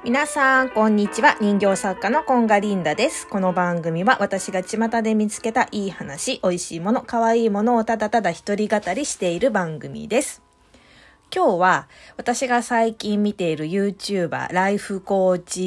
皆さんこんにちは。人形作家のコンガリンダです。この番組は私が巷で見つけたいい話、美味しいもの、可愛いものをただただ一人語りしている番組です。今日は私が最近見ている YouTuber、ライフコーチ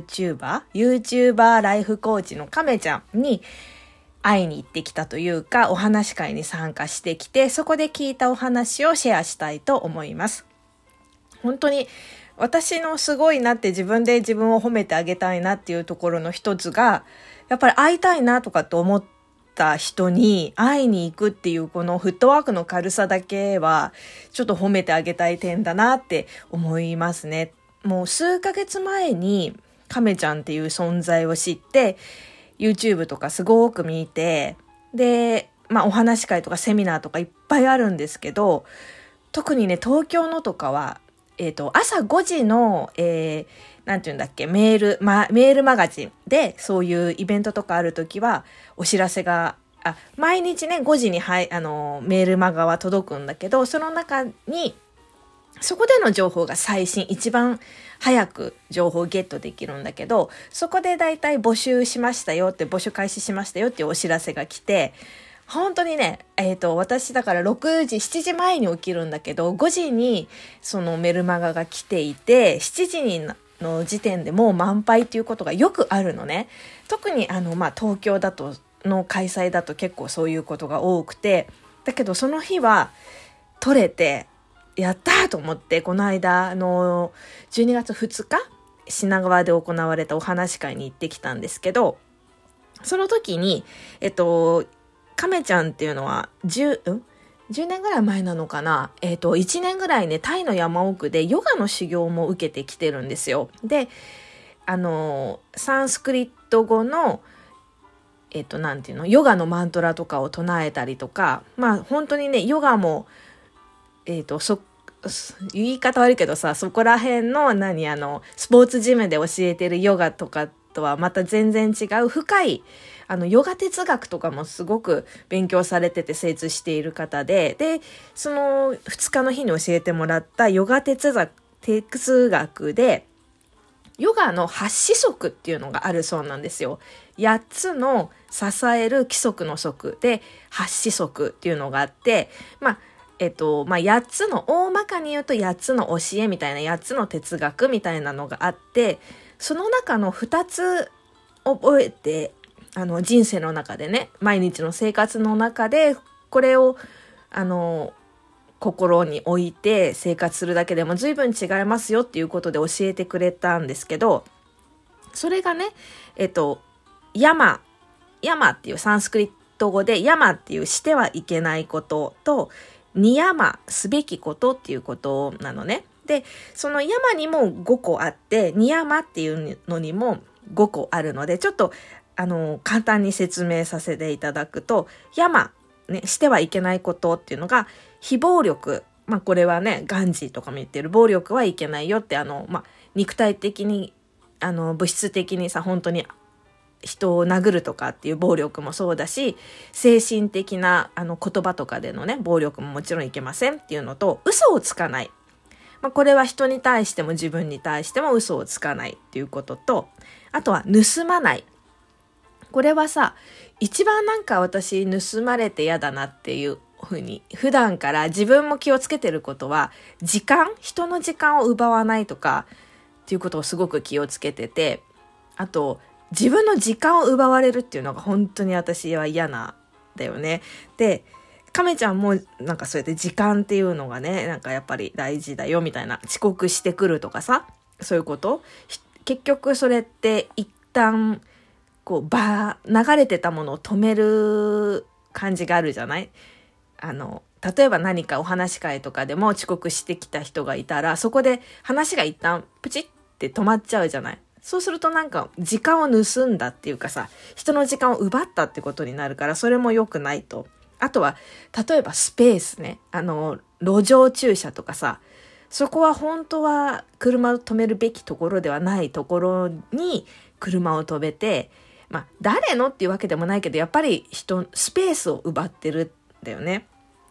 YouTuber ライフコーチの亀ちゃんに会いに行ってきたというか、お話し会に参加してきて、そこで聞いたお話をシェアしたいと思います。本当に私のすごいなって自分で自分を褒めてあげたいなっていうところの一つが、やっぱり会いたいなとかって思った人に会いに行くっていうこのフットワークの軽さだけはちょっと褒めてあげたい点だなって思いますね。もう数ヶ月前に亀ちゃんっていう存在を知って、YouTube とかすごく見て、で、お話し会とかセミナーとかいっぱいあるんですけど、特にね、東京のとかは朝5時の、なんていうんだっけ、メールマガジンでそういうイベントとかあるときはお知らせが、毎日ね、5時にメールマガは届くんだけど、その中に、そこでの情報が最新、一番早く情報をゲットできるんだけど、そこでだいたい募集開始しましたよっていうお知らせが来て、本当にね、私だから6時、7時前に起きるんだけど、5時にそのメルマガが来ていて、7時の時点でもう満杯っていうことがよくあるのね。特に東京の開催だと結構そういうことが多くて、だけどその日は取れて、やったーと思って、この間12月2日、品川で行われたお話し会に行ってきたんですけど、その時に、亀ちゃんっていうのは10年ぐらい前なのかな、1年ぐらいね、タイの山奥でヨガの修行も受けてきてるんですよ。で、サンスクリット語のなんていうの、ヨガのマントラとかを唱えたりとか、本当にね、ヨガも言い方悪いけどさ、そこら辺のスポーツジムで教えてるヨガとかとはまた全然違う深いヨガ哲学とかもすごく勉強されてて精通している方で、その2日の日に教えてもらったヨガ哲学で、ヨガの8子則っていうのがあるそうなんですよ。8つの支える規則の則で8子則っていうのがあって、8つの、大まかに言うと8つの教えみたいな、8つの哲学みたいなのがあって、その中の2つ覚えて、人生の中でね、毎日の生活の中で、これを、心に置いて生活するだけでも随分違いますよっていうことで教えてくれたんですけど、それがね、ヤマっていうサンスクリット語で、ヤマっていうしてはいけないことと、ニヤマ、すべきことっていうことなのね。で、そのヤマにも5個あって、ニヤマっていうのにも5個あるので、ちょっと簡単に説明させていただくと、ヤマ、ね、してはいけないことっていうのが、非暴力。これはね、ガンジーとかも言ってる、暴力はいけないよって、肉体的に、物質的にさ、本当に人を殴るとかっていう暴力もそうだし、精神的な言葉とかでのね、暴力ももちろんいけませんっていうのと、嘘をつかない。これは人に対しても自分に対しても嘘をつかないっていうことと、あとは盗まない。これはさ、一番私盗まれて嫌だなっていうふうに、普段から自分も気をつけてることは、人の時間を奪わないとかっていうことをすごく気をつけてて、あと、自分の時間を奪われるっていうのが本当に私は嫌なんだよね。で、亀ちゃんもそうやって時間っていうのがね、やっぱり大事だよみたいな、遅刻してくるとかさ、そういうこと。結局それって一旦流れてたものを止める感じがあるじゃない？例えば何かお話し会とかでも遅刻してきた人がいたら、そこで話が一旦プチって止まっちゃうじゃない？そうすると時間を盗んだっていうかさ、人の時間を奪ったってことになるから、それも良くないと。あとは、例えばスペースね。路上駐車とかさ、そこは本当は車を止めるべきところではないところに車を止めて、誰のっていうわけでもないけど、やっぱりスペースを奪ってるんだよね。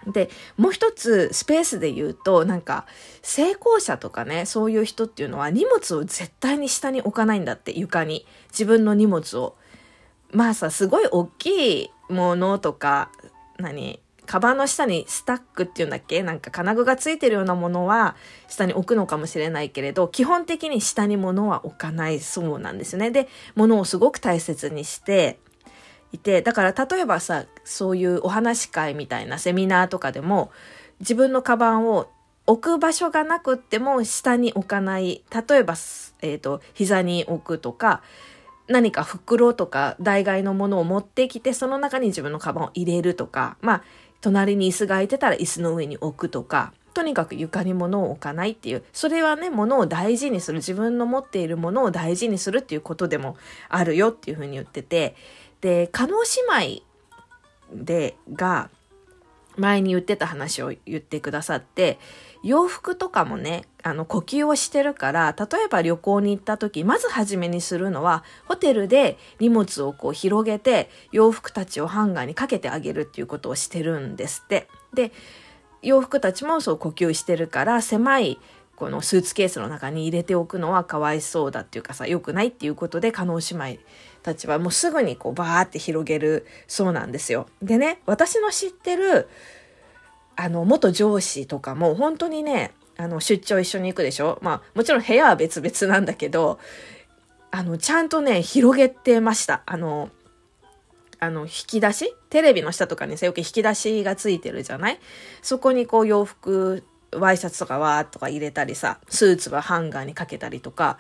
で、もう一つスペースで言うと、なんか成功者とかね、そういう人っていうのは荷物を絶対に下に置かないんだって。床に自分の荷物を、まあさ、すごい大きいものとか、カバンの下にスタックっていうんだっけ、なんか金具がついてるようなものは下に置くのかもしれないけれど、基本的に下に物は置かないそうなんですね。で、物をすごく大切にしていて、だから例えばさ、そういうお話し会みたいなセミナーとかでも、自分のカバンを置く場所がなくっても下に置かない。例えば、膝に置くとか、何か袋とか代替のものを持ってきて、その中に自分のカバンを入れるとか、まあ、隣に椅子が空いてたら椅子の上に置くとか、とにかく床に物を置かないっていう、それはね、物を大事にする、自分の持っているものを大事にするっていうことでもあるよっていうふうに言ってて、で、叶姉妹が前に言ってた話を言ってくださって、洋服とかもね、呼吸をしてるから、例えば旅行に行った時、まず初めにするのは、ホテルで荷物をこう広げて、洋服たちをハンガーにかけてあげるっていうことをしてるんですって。で、洋服たちもそう呼吸してるから、狭いこのスーツケースの中に入れておくのはかわいそうだっていうかさ、良くないっていうことで、叶姉妹たちはもうすぐにこうバーって広げるそうなんですよ。でね、私の知ってる元上司とかも本当にね、出張一緒に行くでしょ。まあもちろん部屋は別々なんだけど、ちゃんとね広げてました。引き出し、テレビの下とかにさ、よく引き出しがついてるじゃない。そこにこう洋服、ワイシャツとかわーっとか入れたりさ、スーツはハンガーにかけたりとか、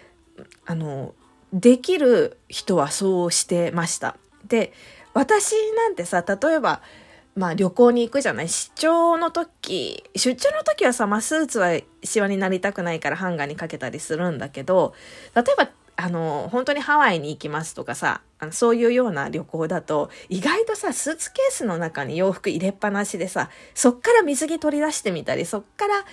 できる人はそうしてました。で、私なんてさ、例えばまあ旅行に行くじゃない。出張の時はさ、まあスーツはシワになりたくないからハンガーにかけたりするんだけど、例えば本当にハワイに行きますとかさ、そういうような旅行だと、意外とさ、スーツケースの中に洋服入れっぱなしでさ、そっから水着取り出してみたり、そっから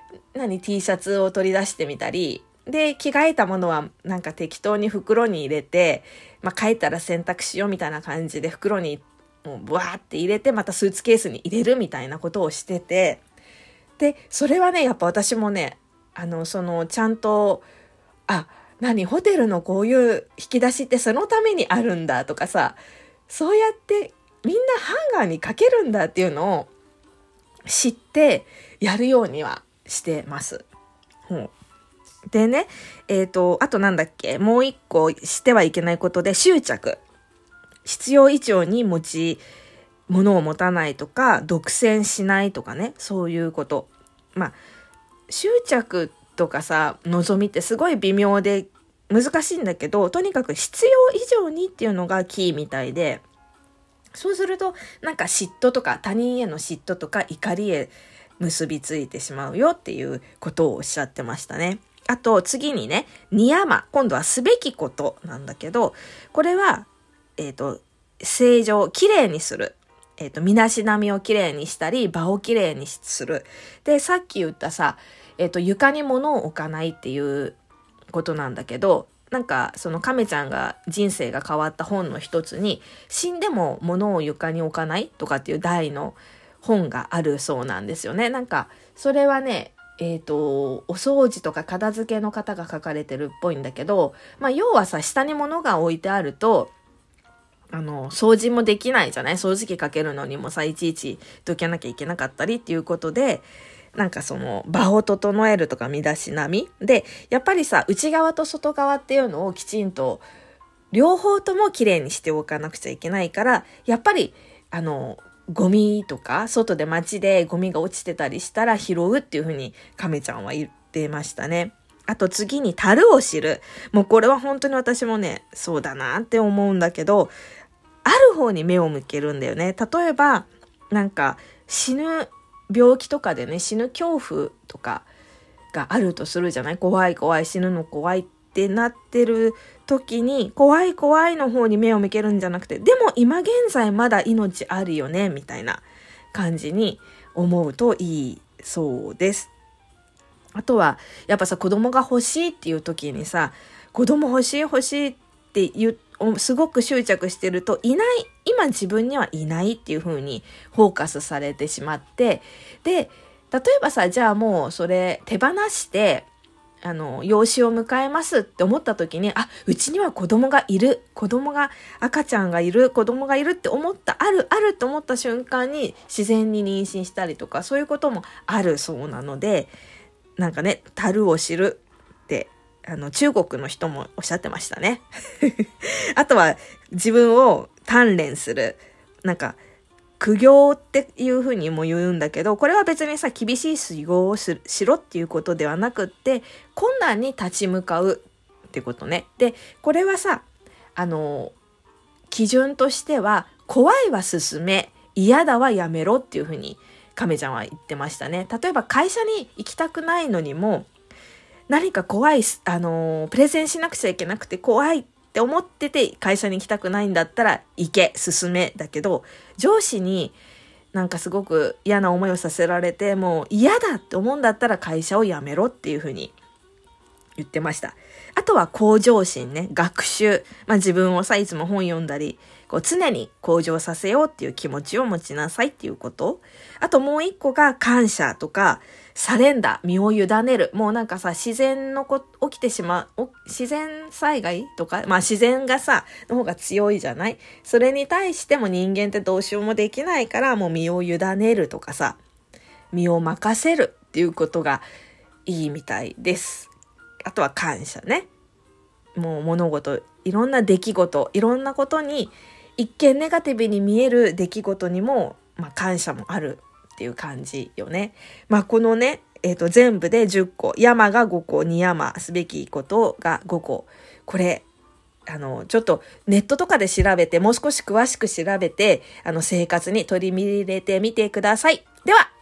T シャツを取り出してみたり、で、着替えたものはなんか適当に袋に入れて、まあ帰ったら洗濯しようみたいな感じで袋にもうブワーって入れて、またスーツケースに入れるみたいなことをしてて、で、それはね、やっぱ私もね、ちゃんと、ホテルのこういう引き出しってそのためにあるんだとかさ、そうやってみんなハンガーにかけるんだっていうのを知ってやるようにはしてます。でね、あとなんだっけ、もう一個してはいけないことで、執着。必要以上に物を持たないとか、独占しないとかね、そういうこと。まあ、執着とかさ、望みってすごい微妙で難しいんだけど、とにかく必要以上にっていうのがキーみたいで、そうするとなんか嫉妬とか、他人への嫉妬とか怒りへ結びついてしまうよっていうことをおっしゃってましたね。あと次にね、ニヤマ、今度はすべきことなんだけど、これは正常、きれいにする。身だしなみをきれいにしたり、場をきれいにする。で、さっき言ったさ、床に物を置かないっていうことなんだけど、なんかその亀ちゃんが人生が変わった本の一つに、死んでも物を床に置かないとかっていう題の本があるそうなんですよね。なんかそれはね、お掃除とか片付けの方が書かれてるっぽいんだけど、まあ要はさ、下に物が置いてあると、掃除もできないじゃない。掃除機かけるのにもさ、いちいちどけなきゃいけなかったりっていうことで、なんかその場を整えるとか身だしなみで、やっぱりさ、内側と外側っていうのをきちんと両方ともきれいにしておかなくちゃいけないから、やっぱりゴミとか外で街でゴミが落ちてたりしたら拾うっていうふうに亀ちゃんは言ってましたね。あと次に樽を知る。もうこれは本当に私もね、そうだなって思うんだけど、ある方に目を向けるんだよね。例えばなんか死ぬ病気とかでね、死ぬ恐怖とかがあるとするじゃない。怖い死ぬの怖いってなってる時に、怖いの方に目を向けるんじゃなくて、でも今現在まだ命あるよねみたいな感じに思うといいそうです。あとはやっぱさ、子供が欲しいっていう時にさ、子供欲しいってすごく執着してると今自分にはいないっていう風にフォーカスされてしまって、で、例えばさ、じゃあもうそれ手放して、養子を迎えますって思った時に、うちには赤ちゃんがいる、子供がいるって思った、あると思った瞬間に自然に妊娠したりとか、そういうこともあるそうなので、なんかね、足を知るって、中国の人もおっしゃってましたね。あとは自分を鍛錬する。なんか、苦行っていうふうにも言うんだけど、これは別にさ、厳しい修行をしろっていうことではなくって、困難に立ち向かうってことね。で、これはさ、基準としては、怖いは進め、嫌だはやめろっていうふうに亀ちゃんは言ってましたね。例えば会社に行きたくないのにも、何か怖い、プレゼンしなくちゃいけなくて怖いって思ってて会社に行きたくないんだったら行け、進めだけど、上司になんかすごく嫌な思いをさせられてもう嫌だって思うんだったら会社を辞めろっていうふうに言ってました。あとは向上心ね、学習。自分をさ、いつも本読んだり、常に向上させようっていう気持ちを持ちなさいっていうこと。あともう一個が感謝とか、サレンダー、身を委ねる。もうなんかさ、自然災害とか、自然がさ、の方が強いじゃない？それに対しても人間ってどうしようもできないから、もう身を委ねるとかさ、身を任せるっていうことがいいみたいです。あとは感謝ね。もう物事、いろんな出来事、いろんなことに、一見ネガティブに見える出来事にも、感謝もあるっていう感じよね。このね、全部で10個、山が5個、に山すべきことが5個。これ、ちょっとネットとかで調べて、もう少し詳しく調べて、生活に取り入れてみてください。では、